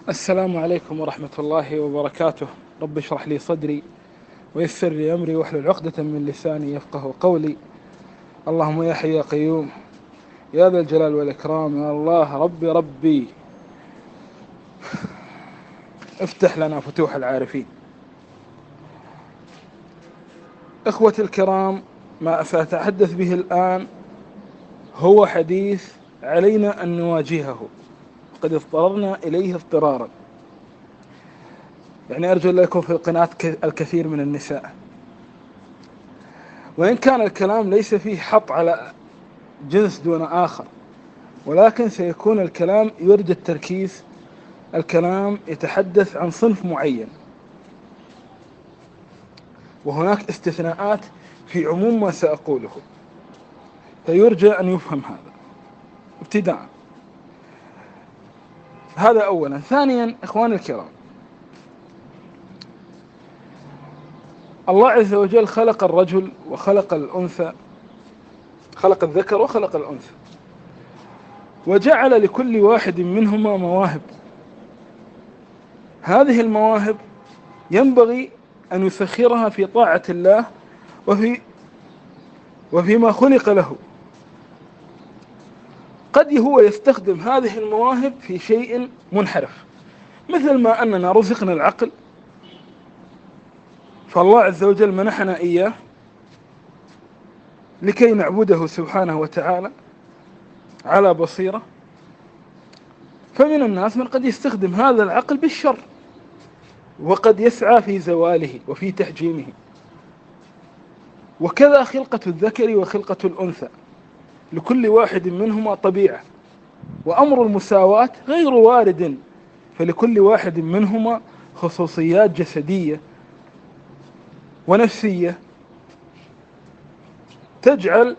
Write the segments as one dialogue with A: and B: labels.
A: السلام عليكم ورحمة الله وبركاته. رب اشرح لي صدري ويسر لي أمري واحلل عقدة من لساني يفقه قولي. اللهم يا حي يا قيوم يا ذا الجلال والإكرام يا الله ربي افتح لنا فتوح العارفين. إخوتي الكرام، ما سأتحدث به الآن هو حديث علينا أن نواجهه، قد اضطررنا إليه اضطرارا. يعني أرجو أن لا يكون في القناة الكثير من النساء، وإن كان الكلام ليس فيه حط على جنس دون آخر، ولكن سيكون الكلام يرجى التركيز. الكلام يتحدث عن صنف معين، وهناك استثناءات في عموم ما سأقوله، فيرجى أن يفهم هذا ابتداء. هذا أولا. ثانيا، إخواني الكرام، الله عز وجل خلق الرجل وخلق الأنثى، خلق الذكر وخلق الأنثى، وجعل لكل واحد منهما مواهب. هذه المواهب ينبغي أن يسخرها في طاعة الله وفيما خلق له. قد هو يستخدم هذه المواهب في شيء منحرف، مثل ما أننا رزقنا العقل، فالله عز وجل منحنا إياه لكي نعبده سبحانه وتعالى على بصيرة. فمن الناس من قد يستخدم هذا العقل بالشر، وقد يسعى في زواله وفي تحجيمه. وكذا خلقة الذكر وخلقة الأنثى، لكل واحد منهما طبيعة، وأمر المساواة غير وارد، فلكل واحد منهما خصوصيات جسدية ونفسية تجعل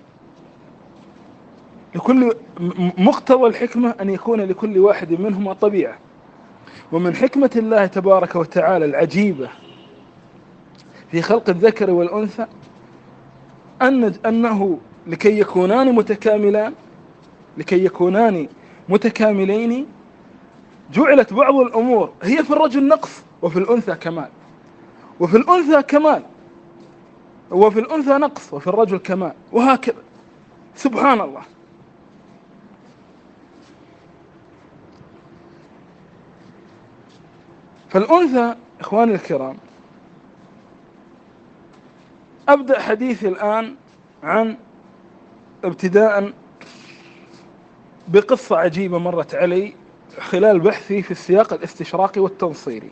A: لكل مقتضى الحكمة أن يكون لكل واحد منهما طبيعة. ومن حكمة الله تبارك وتعالى العجيبة في خلق الذكر والأنثى أنه لكي يكونان متكاملين جعلت بعض الأمور هي في الرجل نقص وفي الأنثى كمال، وفي الأنثى كمال وفي الأنثى نقص وفي الرجل كمال، وهكذا. سبحان الله. فالأنثى، إخواني الكرام، أبدأ حديثي الآن عن ابتداء بقصة عجيبة مرت علي خلال بحثي في السياق الاستشراقي والتنصيري.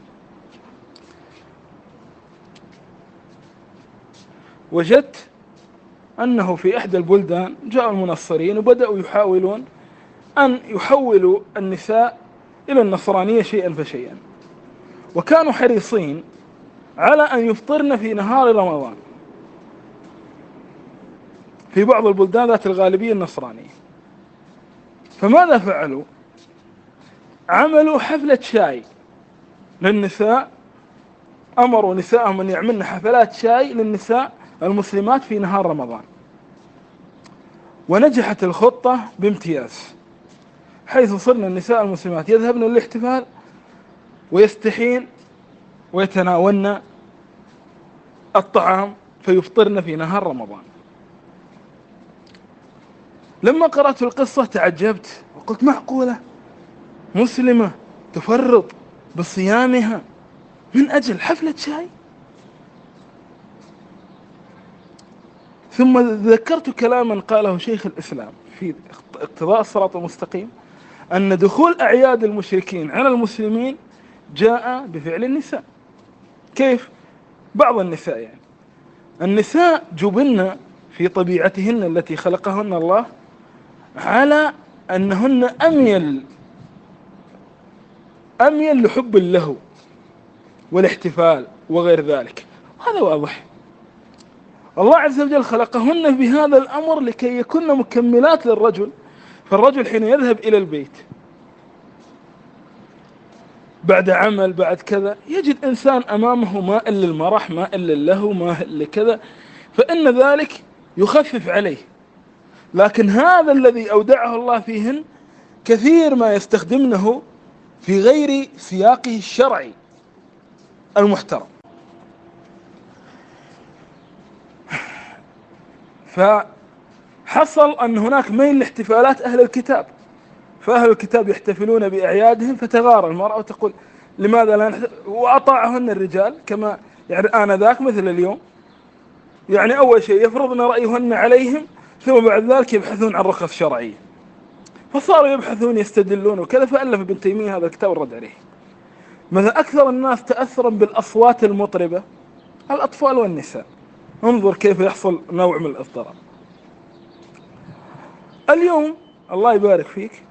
A: وجدت أنه في إحدى البلدان جاء المنصرين وبدأوا يحاولون أن يحولوا النساء إلى النصرانية شيئا فشيئا، وكانوا حريصين على أن يفطرن في نهار رمضان في بعض البلدان ذات الغالبية النصرانية. فماذا فعلوا؟ عملوا حفلة شاي للنساء، أمروا نساءهم أن يعملن حفلات شاي للنساء المسلمات في نهار رمضان. ونجحت الخطة بامتياز، حيث صرنا النساء المسلمات يذهبن للاحتفال ويستحين ويتناولن الطعام فيفطرن في نهار رمضان. لما قرأت القصة تعجبت وقلت: معقولة مسلمة تفرط بصيامها من أجل حفلة شاي؟ ثم ذكرت كلاما قاله شيخ الإسلام في اقتضاء الصراط المستقيم، أن دخول أعياد المشركين على المسلمين جاء بفعل النساء. كيف؟ بعض النساء، يعني النساء جبلن في طبيعتهن التي خلقهن الله على أنهن أميل لحب اللهو والاحتفال وغير ذلك، وهذا واضح. الله عز وجل خلقهن بهذا الأمر لكي يكون مكملات للرجل. فالرجل حين يذهب إلى البيت بعد عمل بعد كذا يجد إنسان أمامه مائل للمرح، مائل للهو، مائل لكذا، فإن ذلك يخفف عليه. لكن هذا الذي أودعه الله فيهن كثير ما يستخدمنه في غير سياقه الشرعي المحترم. فحصل أن هناك ميل لاحتفالات أهل الكتاب، فأهل الكتاب يحتفلون بأعيادهم، فتغار المرأة وتقول لماذا لا نحتفل، وأطاعهن الرجال كما يعني آنذاك مثل اليوم. يعني أول شيء يفرضن رأيهن عليهم، ثم بعد ذلك يبحثون عن رخص شرعية، فصاروا يبحثون يستدلون وكذا. فألف ابن تيمية هذا الكتاب الرد عليه. مثلا أكثر الناس تأثرا بالأصوات المطربة الأطفال والنساء، انظر كيف يحصل نوع من الاضطراب. اليوم الله يبارك فيك،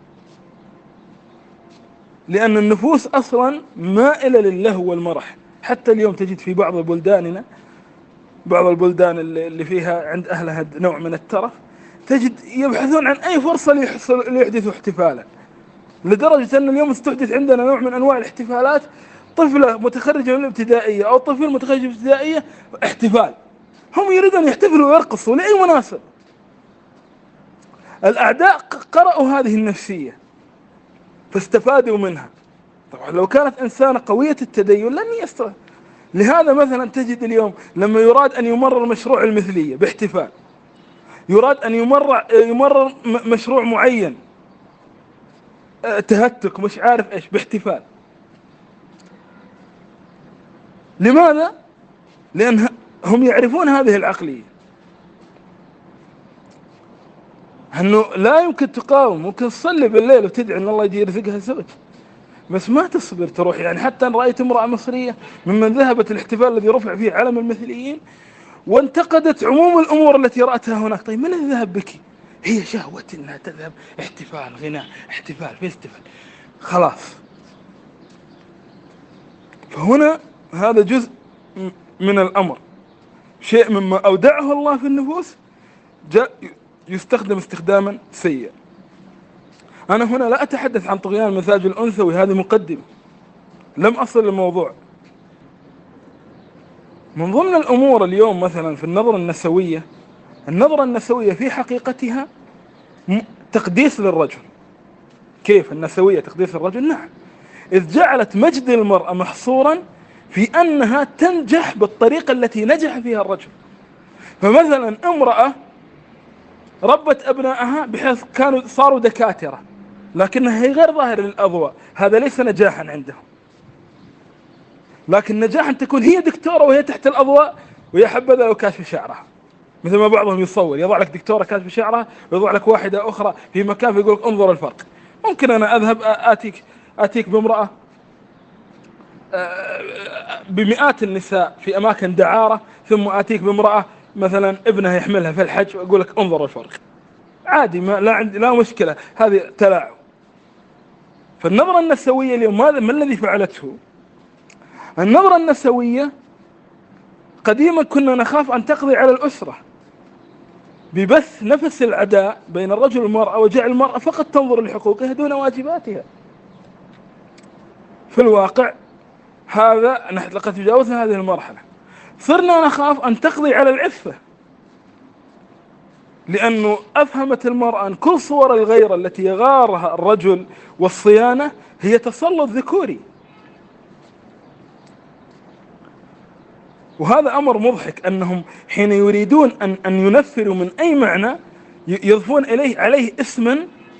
A: لأن النفوس أصلا مائلة للهو والمرح. حتى اليوم تجد في بعض بلداننا، بعض البلدان اللي فيها عند أهلها نوع من الترف، تجد يبحثون عن أي فرصة ليحدثوا احتفالا، لدرجة أن اليوم استحدث عندنا نوع من أنواع الاحتفالات، طفلة متخرجة من الابتدائية أو طفل متخرج من الابتدائية احتفال، هم يريدون يحتفلوا ويرقصوا لأي مناسبة. الأعداء قرأوا هذه النفسية فاستفادوا منها. طبعا لو كانت إنسانة قوية التدين لن يستطيع. لهذا مثلا تجد اليوم لما يراد أن يمرر مشروع المثلية باحتفال، يراد أن يمرر مشروع معين، تهتك مش عارف إيش، باحتفال. لماذا؟ لأن هم يعرفون هذه العقلية، أنه لا يمكن تقاوم. ممكن تصلي بالليل وتدعي أن الله يجي يرزقها زوج، بس ما تصبر تروح. يعني حتى أن رأيت امرأة مصرية ممن ذهبت الاحتفال الذي رفع فيه علم المثليين، وانتقدت عموم الأمور التي رأتها هناك. طيب من الذهب بك؟ هي شهوة أنها تذهب، احتفال غناء، احتفال فيستيفال، خلاص. فهنا هذا جزء من الأمر، شيء مما أودعه الله في النفوس جاء يستخدم استخداما سيئا. أنا هنا لا أتحدث عن طغيان المزاج الأنثوي، هذه مقدمة، لم أصل للموضوع. من ضمن الأمور اليوم مثلا في النظرة النسوية، النظرة النسوية في حقيقتها تقديس للرجل. كيف النسوية تقديس الرجل؟ نعم، إذ جعلت مجد المرأة محصورا في أنها تنجح بالطريقة التي نجح فيها الرجل. فمثلا امرأة ربت أبنائها بحيث صاروا دكاترة، لكنها هي غير ظاهرة للأضواء، هذا ليس نجاحا عندهم. لكن نجاح أن تكون هي دكتورة وهي تحت الأضواء، ويا حبذا لو كاشف شعرها، مثل ما بعضهم يصور، يضع لك دكتورة كاشف شعرها ويضع لك واحدة أخرى في مكان فيقول لك انظر الفرق. ممكن أنا أذهب آتيك بامرأة بمئات النساء في أماكن دعارة، ثم آتيك بامرأة مثلا ابنها يحملها في الحج وأقول لك انظر الفرق، عادي، لا مشكلة، هذه تلاعب. فالنظرة النسوية اليوم ما الذي فعلته؟ النظرة النسوية قديما كنا نخاف أن تقضي على الأسرة ببث نفس العداء بين الرجل والمرأة، وجعل المرأة فقط تنظر لحقوقها دون واجباتها. في الواقع هذا نحن لقد تجاوزنا هذه المرحلة. صرنا نخاف أن تقضي على العفة، لأنه أفهمت المرأة أن كل صور الغيرة التي يغارها الرجل والصيانة هي تسلط ذكوري. وهذا أمر مضحك، أنهم حين يريدون أن ينفروا من أي معنى يضفون عليه اسما،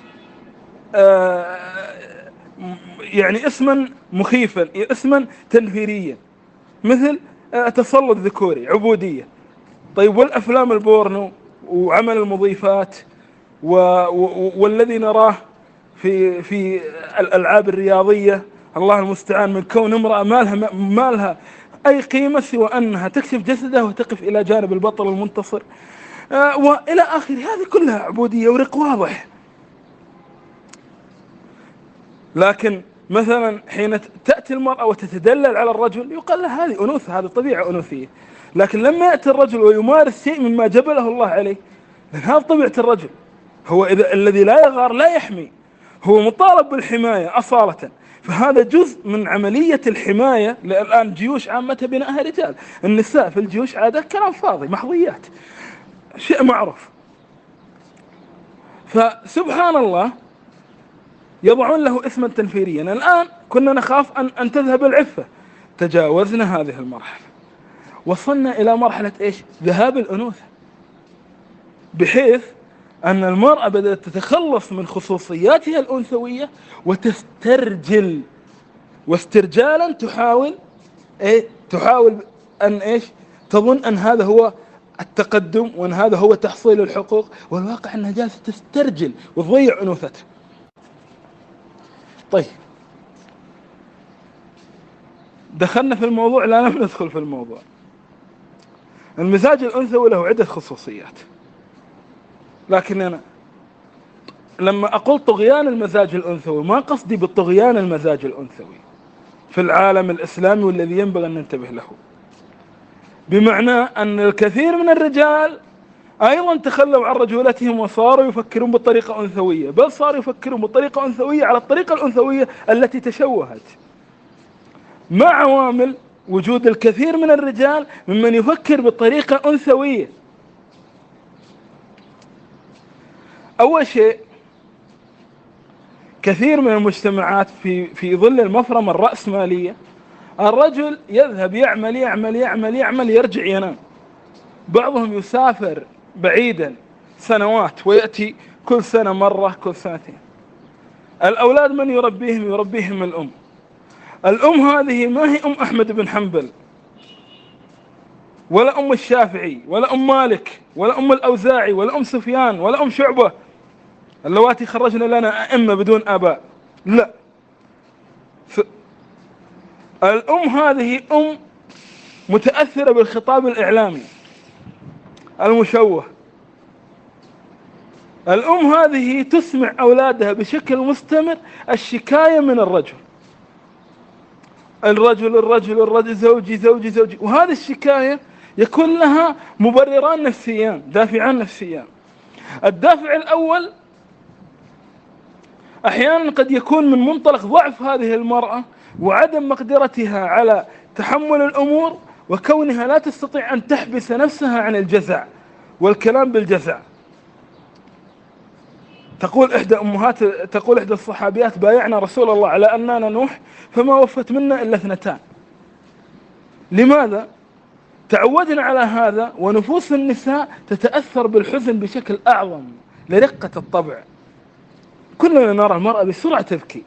A: يعني اسما مخيفا، اسما تنفيريا، مثل تسلط ذكوري، عبودية. طيب والأفلام البورنو وعمل المضيفات والذي نراه في الألعاب الرياضية، الله المستعان، من كون امرأة ما لها أي قيمة سوى أنها تكشف جسدها وتقف إلى جانب البطل المنتصر، وإلى آخر. هذه كلها عبودية ورق واضح. لكن مثلا حين تأتي المرأة وتتدلل على الرجل يقال لها هذه أنوثة، هذه طبيعة أنوثية. لكن لما يأتي الرجل ويمارس شيء مما جبله الله عليه، لأن هذا طبيعة الرجل، هو إذا الذي لا يغار لا يحمي، هو مطالب بالحماية أصالة. فهذا جزء من عملية الحماية. الآن جيوش عامة بناءها رجال، النساء في الجيوش عادة كلام فاضي، محظيات، شيء معروف. فسبحان الله، يضعون له اسما تنفيريا. الآن كنا نخاف أن تذهب العفة، تجاوزنا هذه المرحلة، وصلنا إلى مرحلة إيش؟ ذهاب الأنوثة، بحيث أن المرأة بدأت تتخلص من خصوصياتها الأنثوية وتسترجل، واسترجالا تحاول أن إيش؟ تظن أن هذا هو التقدم، وأن هذا هو تحصيل الحقوق، والواقع أنها جالسة تسترجل وتضيع أنوثتها. طيب، دخلنا في الموضوع؟ لا، لم ندخل في الموضوع. المزاج الأنثوي له عدة خصوصيات، لكن أنا لما أقول طغيان المزاج الأنثوي ما قصدي بالطغيان المزاج الأنثوي في العالم الإسلامي والذي ينبغي أن ننتبه له، بمعنى أن الكثير من الرجال أيضا تخلوا عن رجولتهم وصاروا يفكرون بالطريقة أنثوية، بل صاروا يفكرون بالطريقة أنثوية على الطريقة الأنثوية التي تشوهت، مع عوامل وجود الكثير من الرجال ممن يفكر بطريقة أنثوية. أول شيء، كثير من المجتمعات في ظل المفرمة الرأسمالية الرجل يذهب يعمل يعمل يعمل يعمل يرجع ينام، بعضهم يسافر بعيدا سنوات ويأتي كل سنة مرة كل سنتين. الأولاد من يربيهم؟ يربيهم الأم. الأم هذه ما هي أم أحمد بن حنبل، ولا أم الشافعي، ولا أم مالك، ولا أم الأوزاعي، ولا أم سفيان، ولا أم شعبة اللواتي خرجنا لنا أئمة بدون آباء. لا، الأم هذه أم متأثرة بالخطاب الإعلامي المشوه. الأم هذه تسمع أولادها بشكل مستمر الشكاية من الرجل، الرجل الرجل الرجل، زوجي زوجي زوجي، وهذه الشكاية يكون لها مبرران نفسيان، دافعان نفسيان. الدافع الأول أحيانا قد يكون من منطلق ضعف هذه المرأة وعدم مقدرتها على تحمل الأمور، وكونها لا تستطيع أن تحبس نفسها عن الجزع والكلام بالجزع. تقول إحدى الصحابيات: بايعنا رسول الله على أننا نوح فما وفت منا إلا 2. لماذا؟ تعودنا على هذا، ونفوس النساء تتأثر بالحزن بشكل أعظم لرقة الطبع. كلنا نرى المرأة بسرعة تبكي.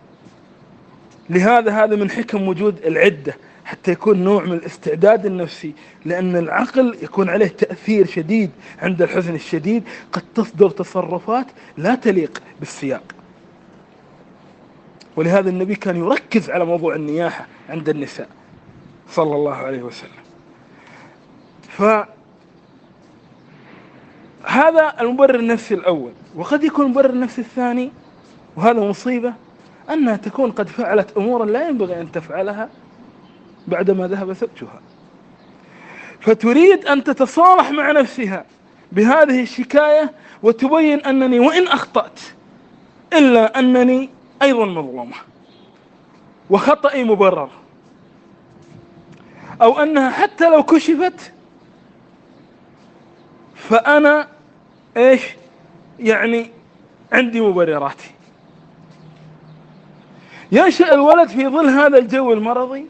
A: لهذا هذا من حكم وجود العدة، حتى يكون نوع من الاستعداد النفسي، لأن العقل يكون عليه تأثير شديد. عند الحزن الشديد قد تصدر تصرفات لا تليق بالسياق، ولهذا النبي كان يركز على موضوع النياحة عند النساء صلى الله عليه وسلم. فهذا المبرر النفسي الأول. وقد يكون المبرر النفسي الثاني، وهذا مصيبة، أنها تكون قد فعلت أمورا لا ينبغي أن تفعلها بعدما ذهب زوجها، فتريد أن تتصالح مع نفسها بهذه الشكاية وتبين أنني وإن أخطأت إلا أنني أيضا مظلومة وخطئي مبرر، أو أنها حتى لو كشفت فأنا يعني عندي مبرراتي. ينشأ الولد في ظل هذا الجو المرضي،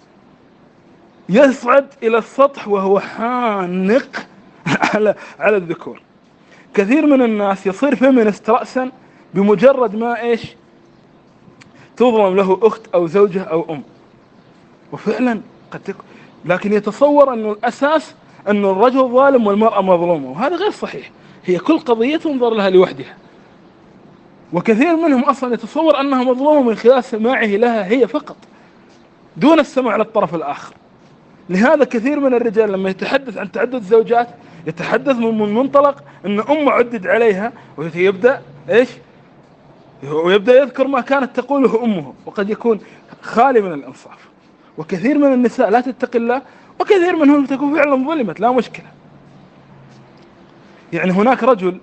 A: يصعد إلى السطح وهو حانق على الذكور. كثير من الناس يصير فيمينست رأسا بمجرد ما تظلم له أخت أو زوجة أو أم، وفعلا قد تكون، لكن يتصور أن الأساس أن الرجل ظالم والمرأة مظلومة، وهذا غير صحيح. هي كل قضية تنظر لها لوحدها، وكثير منهم أصلا يتصور أنها مظلومة من خلال سماعه لها هي فقط دون السمع للطرف الآخر. لهذا كثير من الرجال لما يتحدث عن تعدد الزوجات يتحدث من منطلق أن أم عدد عليها، ويبدأ ويبدأ يذكر ما كانت تقوله أمه، وقد يكون خالي من الإنصاف. وكثير من النساء لا تتقي الله، وكثير منهم تكون فعلا ظلمت، لا مشكلة. يعني هناك رجل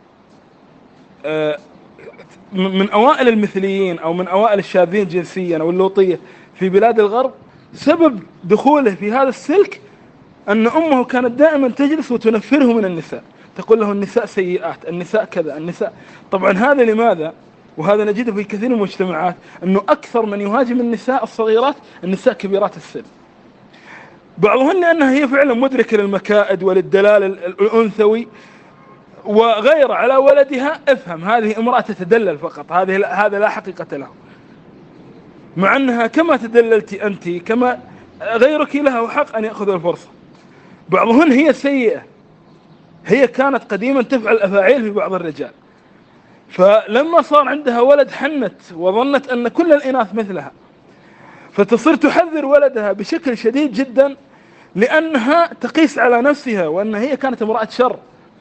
A: من أوائل المثليين أو من أوائل الشاذين جنسيا أو اللوطية في بلاد الغرب، سبب دخوله في هذا السلك أن أمه كانت دائما تجلس وتنفره من النساء، تقول له النساء سيئات، النساء كذا، النساء. طبعا هذا لماذا؟ وهذا نجده في كثير من المجتمعات، أنه أكثر من يهاجم النساء الصغيرات النساء كبيرات السن، بعضهن لأنها هي فعلا مدركة للمكائد وللدلال الأنثوي وغير على ولدها. افهم، هذه امرأة تتدلل فقط، هذا لا حقيقة له، مع أنها كما تدللت أنت كما غيرك له حق أن يأخذ الفرصة. بعضهن هي سيئة، هي كانت قديما تفعل أفاعيل في بعض الرجال، فلما صار عندها ولد حنت وظنت أن كل الإناث مثلها، فتصير تحذر ولدها بشكل شديد جدا لأنها تقيس على نفسها وأن هي كانت امرأة شر.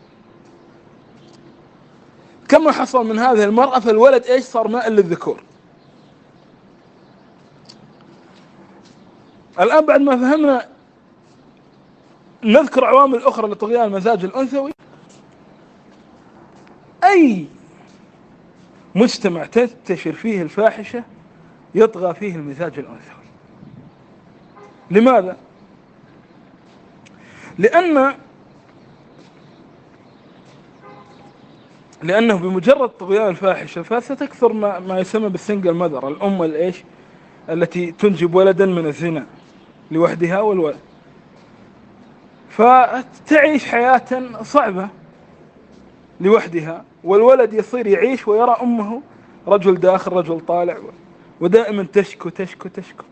A: كما حصل من هذه المرأة، فالولد إيش صار؟ مائل للذكور. الآن بعد ما فهمنا نذكر عوامل أخرى لطغيان المزاج الأنثوي. أي مجتمع تنتشر فيه الفاحشة يطغى فيه المزاج الأنثوي. لماذا؟ لأنه بمجرد طغيان الفاحشة فستكثر ما يسمى بالسنجل ماذر، الأم الإيش التي تنجب ولدا من الزنا لوحدها والولد، فتعيش حياة صعبة لوحدها، والولد يصير يعيش ويرى أمه رجل داخل رجل طالع، ودائما تشكو تشكو تشكو،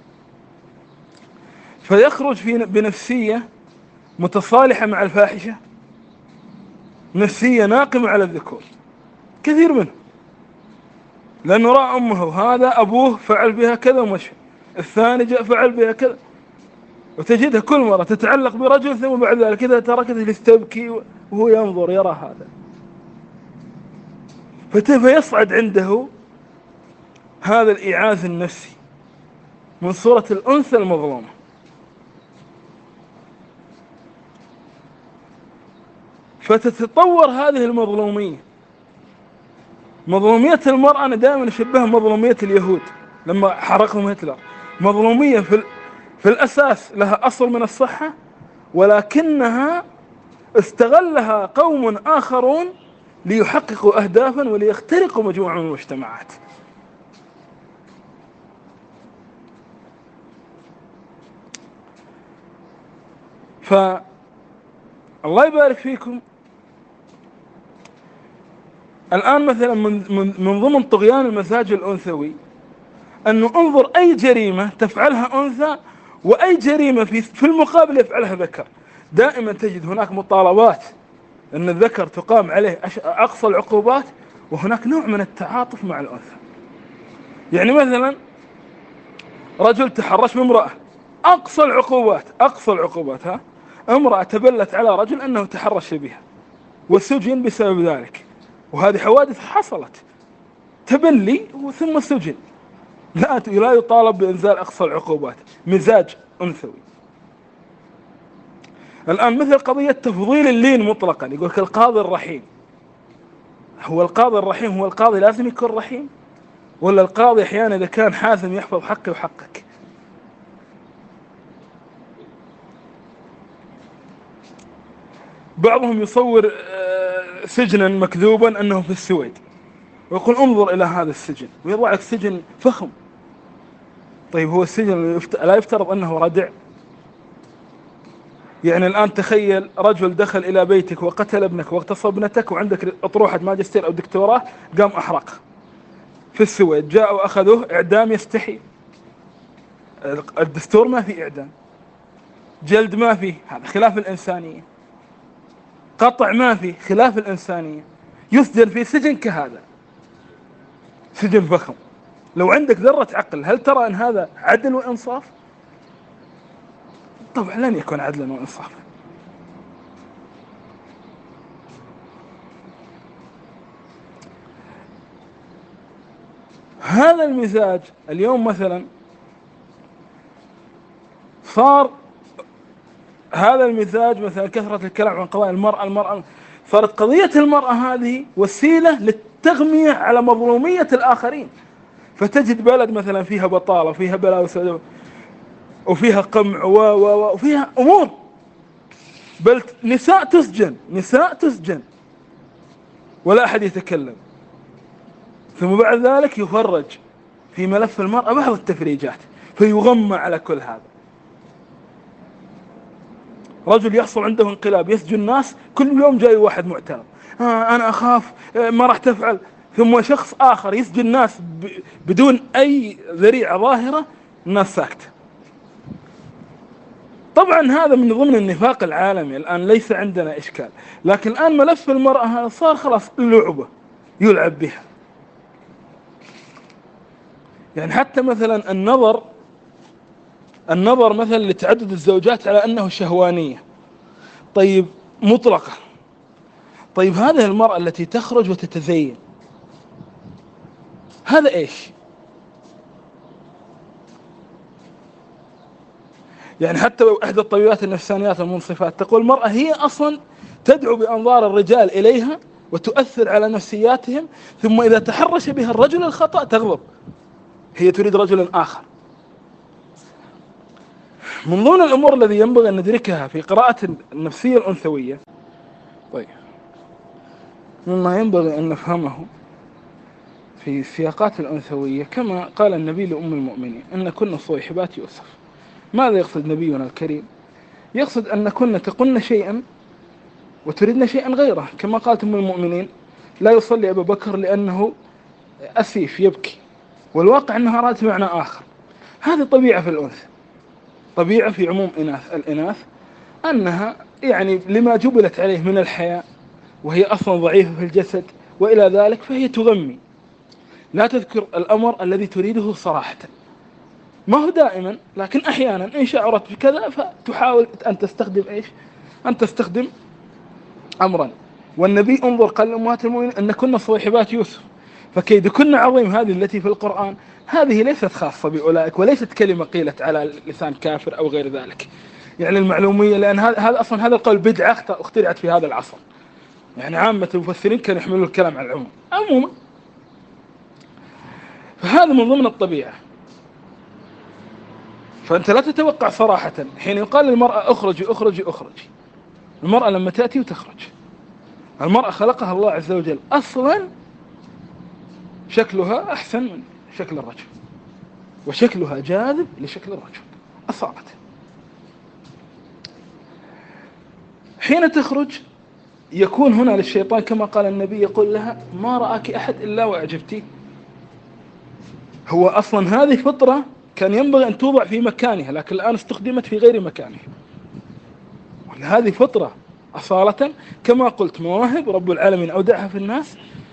A: فيخرج بنفسية متصالحة مع الفاحشة، نفسية ناقمة على الذكور كثير منه، لأنه رأى أمه، هذا أبوه فعل بها كذا ومشي، الثاني جاء فعل بها كذا، وتجدها كل مرة تتعلق برجل ثم بعد ذلك إذا تركته لتبكي وهو ينظر يرى هذا، فيصعد عنده هذا الإعاز النفسي من صورة الأنثى المظلومة. فتتطور هذه المظلومية، مظلومية المرأة أنا دائما أشبهها مظلومية اليهود لما حرقهم هتلر، مظلومية في الأساس لها أصل من الصحة، ولكنها استغلها قوم آخرون ليحققوا أهدافا وليخترقوا مجموعة من المجتمعات. فالله يبارك فيكم. الآن مثلا من ضمن طغيان المزاج الأنثوي أنه انظر أي جريمة تفعلها أنثى وأي جريمة في المقابل يفعلها ذكر، دائما تجد هناك مطالبات أن الذكر تقام عليه أقصى العقوبات، وهناك نوع من التعاطف مع الأنثى. يعني مثلا رجل تحرش بامرأة، أقصى العقوبات امرأة تبلت على رجل أنه تحرش بها والسجن بسبب ذلك، وهذه حوادث حصلت، تبلي ثم سجن، لا يطالب بإنزال أقصى العقوبات، مزاج أنثوي. الآن مثل قضية تفضيل اللين مطلقا، يقولك القاضي الرحيم، هو القاضي الرحيم هو القاضي لازم يكون رحيم؟ ولا القاضي أحيانا إذا كان حازم يحفظ حقي وحقك؟ بعضهم يصور سجنا مكذوبا أنه في السويد ويقول انظر إلى هذا السجن، ويضع لك سجن فخم. طيب هو السجن لا يفترض أنه ردع؟ يعني الآن تخيل رجل دخل إلى بيتك وقتل ابنك واغتصب ابنتك وعندك أطروحة ماجستير أو دكتوراه، قام أحرقها في السويد، جاءوا أخذوه إعدام، يستحي، الدستور ما في إعدام، جلد ما فيه، هذا خلاف الإنسانية، قطع ما فيه، خلاف الإنسانية، يسجن في سجن كهذا، سجن فخم. لو عندك ذرة عقل هل ترى أن هذا عدل وإنصاف؟ طبعا لن يكون عدلا وإنصافا. هذا المزاج اليوم مثلا صار، هذا المزاج مثلا كثرة الكلام عن قضايا المرأة صارت قضية المرأة هذه وسيلة للتغمية على مظلومية الآخرين. فتجد بلد مثلا فيها بطالة، فيها بلاوي سوداء، وفيها قمع وفيها أمور، بل نساء تسجن ولا أحد يتكلم. ثم بعد ذلك يفرج في ملف المرأة بعض التفريجات فيغمى على كل هذا. رجل يحصل عنده انقلاب يسجن الناس، كل يوم جاي واحد معترض أنا أخاف ما راح تفعل، ثم شخص آخر يسجن الناس بدون أي ذريعة ظاهرة، الناس ساكتة. طبعا هذا من ضمن النفاق العالمي، الآن ليس عندنا إشكال، لكن الآن ملف المرأة صار خلاص لعبة يلعب بها. يعني حتى مثلا النظر مثلا لتعدد الزوجات على أنه شهوانية، طيب مطلقة، طيب هذه المرأة التي تخرج وتتزين هذا إيش؟ يعني حتى إحدى الطبيبات النفسانيات المنصفات تقول المرأة هي أصلا تدعو بأنظار الرجال إليها وتؤثر على نفسياتهم، ثم إذا تحرش بها الرجل الخطأ تغضب، هي تريد رجلا آخر. من ضمن الأمور الذي ينبغي أن ندركها في قراءة النفسية الأنثوية، طيب مما ينبغي أن نفهمه في السياقات الأنثوية، كما قال النبي لأم المؤمنين أن كن صيحبات يوسف. ماذا يقصد نبينا الكريم؟ يقصد أن كن تقن شيئا وتريدن شيئا غيره، كما قالت أم المؤمنين لا يصلي أبو بكر لأنه أسيف يبكي، والواقع أنها أرادت معنى آخر. هذه طبيعة في الأنثى، طبيعة في عموم الإناث أنها يعني لما جبلت عليه من الحياة، وهي أصلا ضعيفة في الجسد وإلى ذلك، فهي تغمي، لا تذكر الأمر الذي تريده صراحة. ما هو دائما، لكن أحيانا إن شعرت بكذا فتحاول أن تستخدم إيش؟ أن تستخدم أمرا. والنبي انظر قال لأمهات المؤمنين أن كنا صيحبات يوسف، فكيد كنا عظيم. هذه التي في القرآن هذه ليست خاصة بأولئك، وليست كلمة قيلت على لسان كافر أو غير ذلك، يعني المعلومية، لأن هذا أصلا هذا القول بدعة اخترعت في هذا العصر، يعني عامة المفسرين كانوا يحملوا الكلام على العموم عموما. فهذا من ضمن الطبيعة. فأنت لا تتوقع صراحة حين يقال للمرأة أخرجي أخرجي أخرجي، المرأة لما تأتي وتخرج، المرأة خلقها الله عز وجل أصلا شكلها أحسن من شكل الرجل، وشكلها جاذب لشكل الرجل أصالة. حين تخرج يكون هنا للشيطان كما قال النبي، يقول لها ما رآك أحد إلا وأعجبتي. هو أصلا هذه فطرة كان ينبغي أن توضع في مكانها، لكن الآن استخدمت في غير مكانها. هذه فطرة أصالة، كما قلت مواهب رب العالمين أودعها في الناس.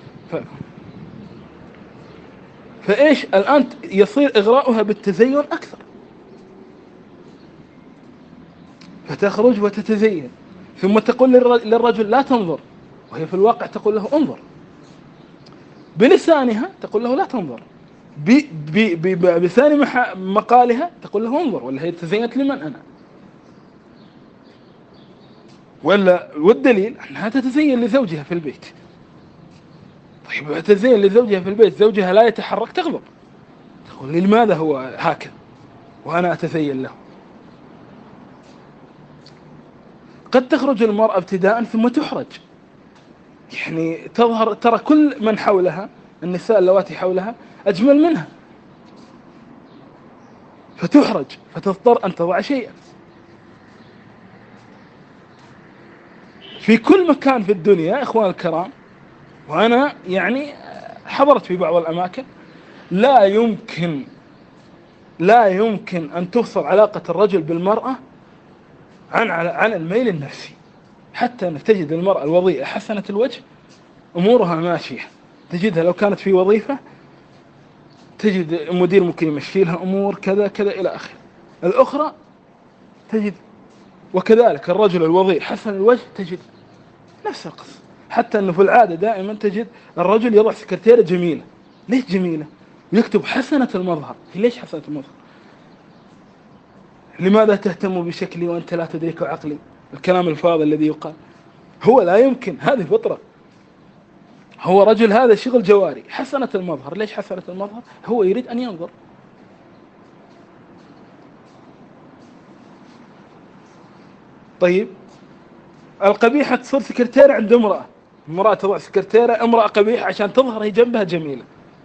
A: فإيش الآن يصير إغراؤها بالتزين أكثر، فتخرج وتتزين، ثم تقول للرجل لا تنظر، وهي في الواقع تقول له انظر. بلسانها تقول له لا تنظر، بلسان مقالها تقول له انظر، ولا هي تزينت لمن أنا؟ والدليل أنها تتزين لزوجها في البيت. طيب تتزين لزوجها في البيت، زوجها لا يتحرك تغضب، تقول لي لماذا هو هكذا وأنا أتزين له؟ قد تخرج المرأة ابتداء ثم تحرج، يعني تظهر ترى كل من حولها، النساء اللواتي حولها أجمل منها، فتحرج فتضطر أن تضع شيئا. في كل مكان في الدنيا إخوان الكرام، وأنا يعني حضرت في بعض الأماكن، لا يمكن أن تفصل علاقة الرجل بالمرأة عن الميل النفسي. حتى أنك تجد المرأة الوضيئة حسنة الوجه أمورها ماشية، تجدها لو كانت في وظيفة تجد مدير ممكن يمشي لها أمور كذا كذا إلى آخره. الأخرى تجد، وكذلك الرجل الوضيء حسن الوجه تجد نفس القصة. حتى أنه في العادة دائما تجد الرجل يضع سكرتيرة جميلة. ليش جميلة؟ ويكتب حسنة المظهر. ليش حسنة المظهر؟ لماذا تهتم بشكلي وأنت لا تدرك عقلي؟ الكلام الفاضل الذي يقال هو لا يمكن، هذه فطرة. هو رجل هذا شغل جواري، حسنة المظهر. ليش حسنة المظهر؟ هو يريد أن ينظر. طيب القبيحة تصير سكرتيرة عند امرأة تضع سكرتيرة امرأة قبيحة عشان تظهر هي جنبها جميلة.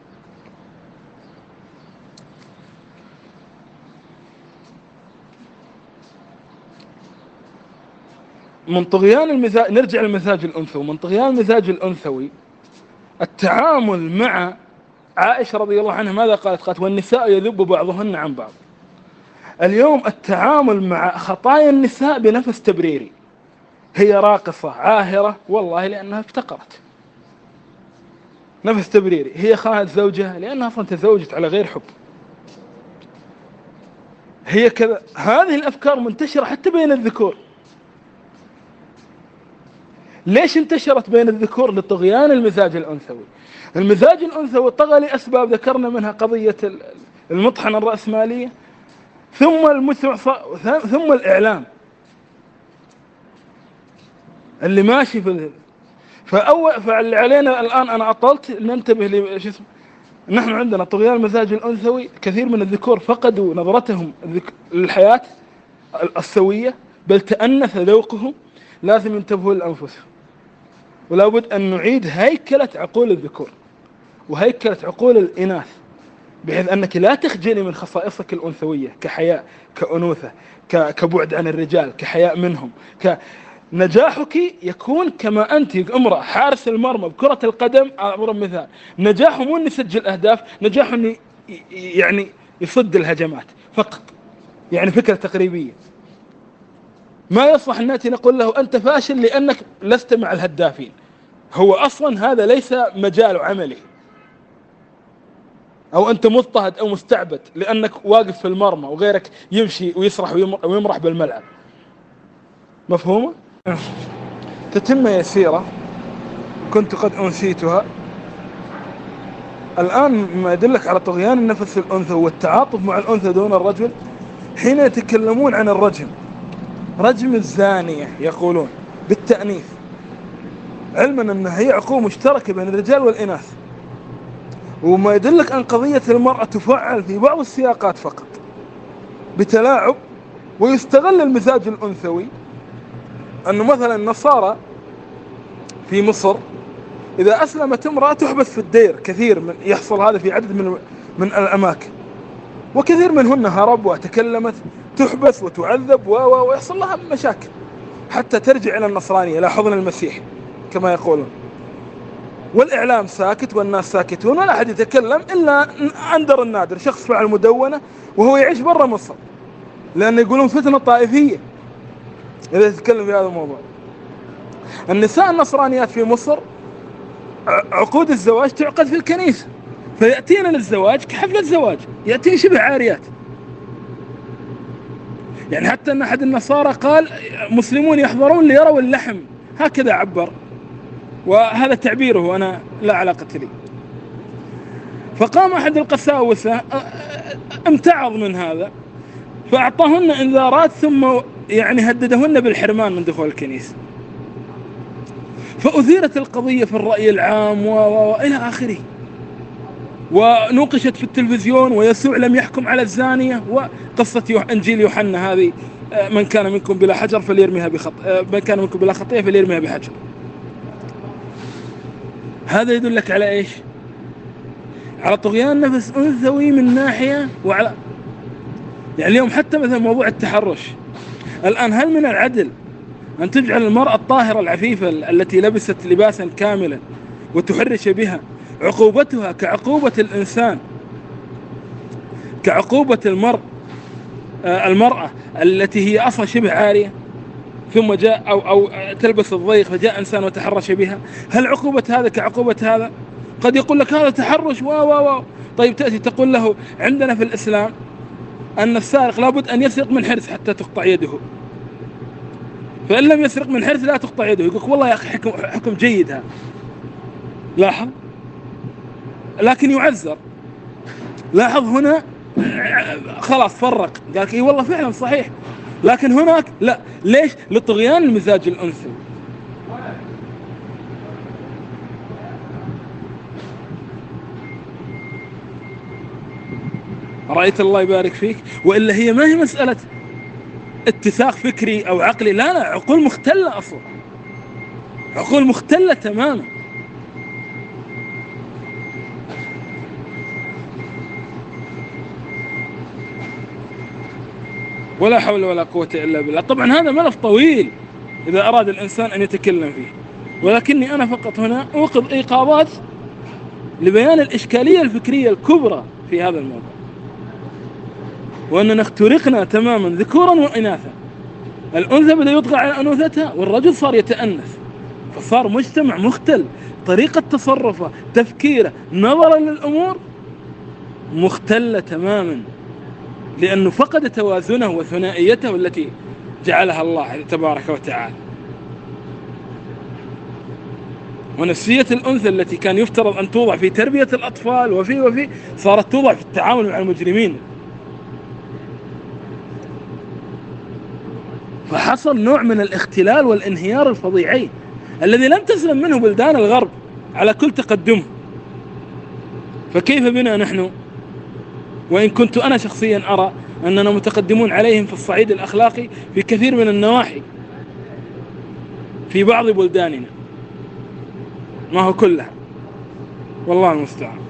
A: من طغيان المزاج، نرجع للمزاج الأنثوي، من طغيان المزاج الأنثوي التعامل مع عائشة رضي الله عنها. ماذا قالت؟ والنساء يذب بعضهن عن بعض. اليوم التعامل مع خطايا النساء بنفس تبريري. هي راقصة عاهرة والله لأنها افتقرت، نفس تبريري. هي خانت زوجها لأنها أصلا تزوجت على غير حب. هي كذا. هذه الأفكار منتشرة حتى بين الذكور. ليش انتشرت بين الذكور؟ لطغيان المزاج الأنثوي. المزاج الأنثوي طغى لأسباب ذكرنا منها قضية المطحنة الرأسمالية، ثم الإعلام اللي ماشي في فاللي علينا الآن. أنا أطلت ننتبه نحن عندنا طغيان المزاج الأنثوي. كثير من الذكور فقدوا نظرتهم للحياة السوية، بل تأنث ذوقهم. لازم ينتبهوا لأنفسهم، ولا بد أن نعيد هيكلة عقول الذكور وهيكلة عقول الإناث، بحيث أنك لا تخجلي من خصائصك الأنثوية كحياء، كأنوثة، كبعد عن الرجال، كحياء منهم. نجاحك يكون كما أنت امرأة حارس المرمى بكرة القدم. أضرب مثال، نجاحه مو أن يسجل أهداف، نجاحه أن يعني يصد الهجمات فقط. يعني فكرة تقريبية. ما يصلح أن نأتي نقول له أنت فاشل لأنك لست مع الهدافين. هو أصلا هذا ليس مجال عمله. أو أنت مضطهد أو مستعبد لأنك واقف في المرمى وغيرك يمشي ويسرح ويمرح بالملعب. مفهومة؟ تتمة يسيرة كنت قد أنسيتها الآن، ما يدلك على طغيان النفس الأنثى والتعاطف مع الأنثى دون الرجل. حين يتكلمون عن الرجم، رجم الزانية يقولون بالتأنيث، علما أنها هي عقوبة مشتركة بين الرجال والإناث. وما يدلك أن قضية المرأة تفعل في بعض السياقات فقط بتلاعب، ويستغل المزاج الأنثوي. أنه مثلا النصارى في مصر إذا أسلمت امرأة تحبس في الدير. كثير من يحصل هذا في عدد من الأماكن، وكثير منهن هرب وتكلمت، تحبس وتعذب ويحصل لها مشاكل حتى ترجع إلى النصرانية، إلى حضن المسيح كما يقولون. والإعلام ساكت والناس ساكتون، ولا أحد يتكلم إلا أندر النادر شخص فعل مدونة وهو يعيش برا مصر، لأن يقولون فتنة طائفية إذا يتكلم في هذا الموضوع. النساء النصرانيات في مصر عقود الزواج تعقد في الكنيسة، فيأتين للزواج كحفلة زواج، يأتين شبه عاريات. يعني حتى أن أحد النصارى قال مسلمون يحضرون ليروا اللحم، هكذا عبر، وهذا تعبيره أنا لا علاقة لي. فقام أحد القساوسة امتعض من هذا، فأعطاهن إنذارات، ثم يعني هددهن بالحرمان من دخول الكنيسة. فأثيرت القضية في الرأي العام وإلى آخره، ونوقشت في التلفزيون، ويسوع لم يحكم على الزانية، وقصة إنجيل يوحنا هذه من كان منكم بلا حجر فليرميها من كان منكم بلا خطية فليرميها بحجر. هذا يدلك على إيش؟ على طغيان نفس أنثوي من ناحية، وعلى يعني اليوم حتى مثلا موضوع التحرش. الآن هل من العدل أن تجعل المرأة الطاهرة العفيفة التي لبست لباسا كاملا وتحرش بها عقوبتها كعقوبة الإنسان، كعقوبة المرأة التي هي أصلا شبه عارية، ثم جاء أو تلبس الضيق فجاء إنسان وتحرش بها؟ هل عقوبة هذا كعقوبة هذا؟ قد يقول لك هذا تحرش طيب تأتي تقول له عندنا في الإسلام أن السارق لابد أن يسرق من حرز حتى تقطع يده، فإن لم يسرق من حرز لا تقطع يده. يقول والله يا أخي حكم جيد هذا، لاحظ، لكن يعذر. لاحظ هنا خلاص فرق، قال لك إيه والله فعلا صحيح، لكن هناك لا. ليش؟ لطغيان المزاج الأنثوي. رأيت الله يبارك فيك. وإلا هي ما هي مسألة اتساق فكري أو عقلي، لا عقول مختلة أصلا، عقول مختلة تماما. ولا حول ولا قوة إلا بالله. طبعا هذا ملف طويل إذا أراد الإنسان أن يتكلم فيه، ولكني أنا فقط هنا أوقظ إيقاظات لبيان الإشكالية الفكرية الكبرى في هذا الموضوع، وأننا اخترقنا تماما ذكورا وإناثا. الأنثى بدأ يطغى على أنوثتها، والرجل صار يتأنث، فصار مجتمع مختل، طريقة تصرفه، تفكيره، نظرا للأمور مختلة تماما، لأنه فقد توازنه وثنائيته التي جعلها الله تبارك وتعالى. ونفسية الأنثى التي كان يفترض أن توضع في تربية الأطفال وفي صارت توضع في التعامل مع المجرمين. فحصل نوع من الاختلال والانهيار الفظيعي الذي لم تسلم منه بلدان الغرب على كل تقدمه. فكيف بنا نحن؟ وإن كنت أنا شخصيا أرى أننا متقدمون عليهم في الصعيد الأخلاقي في كثير من النواحي في بعض بلداننا، ما هو كلها، والله المستعان.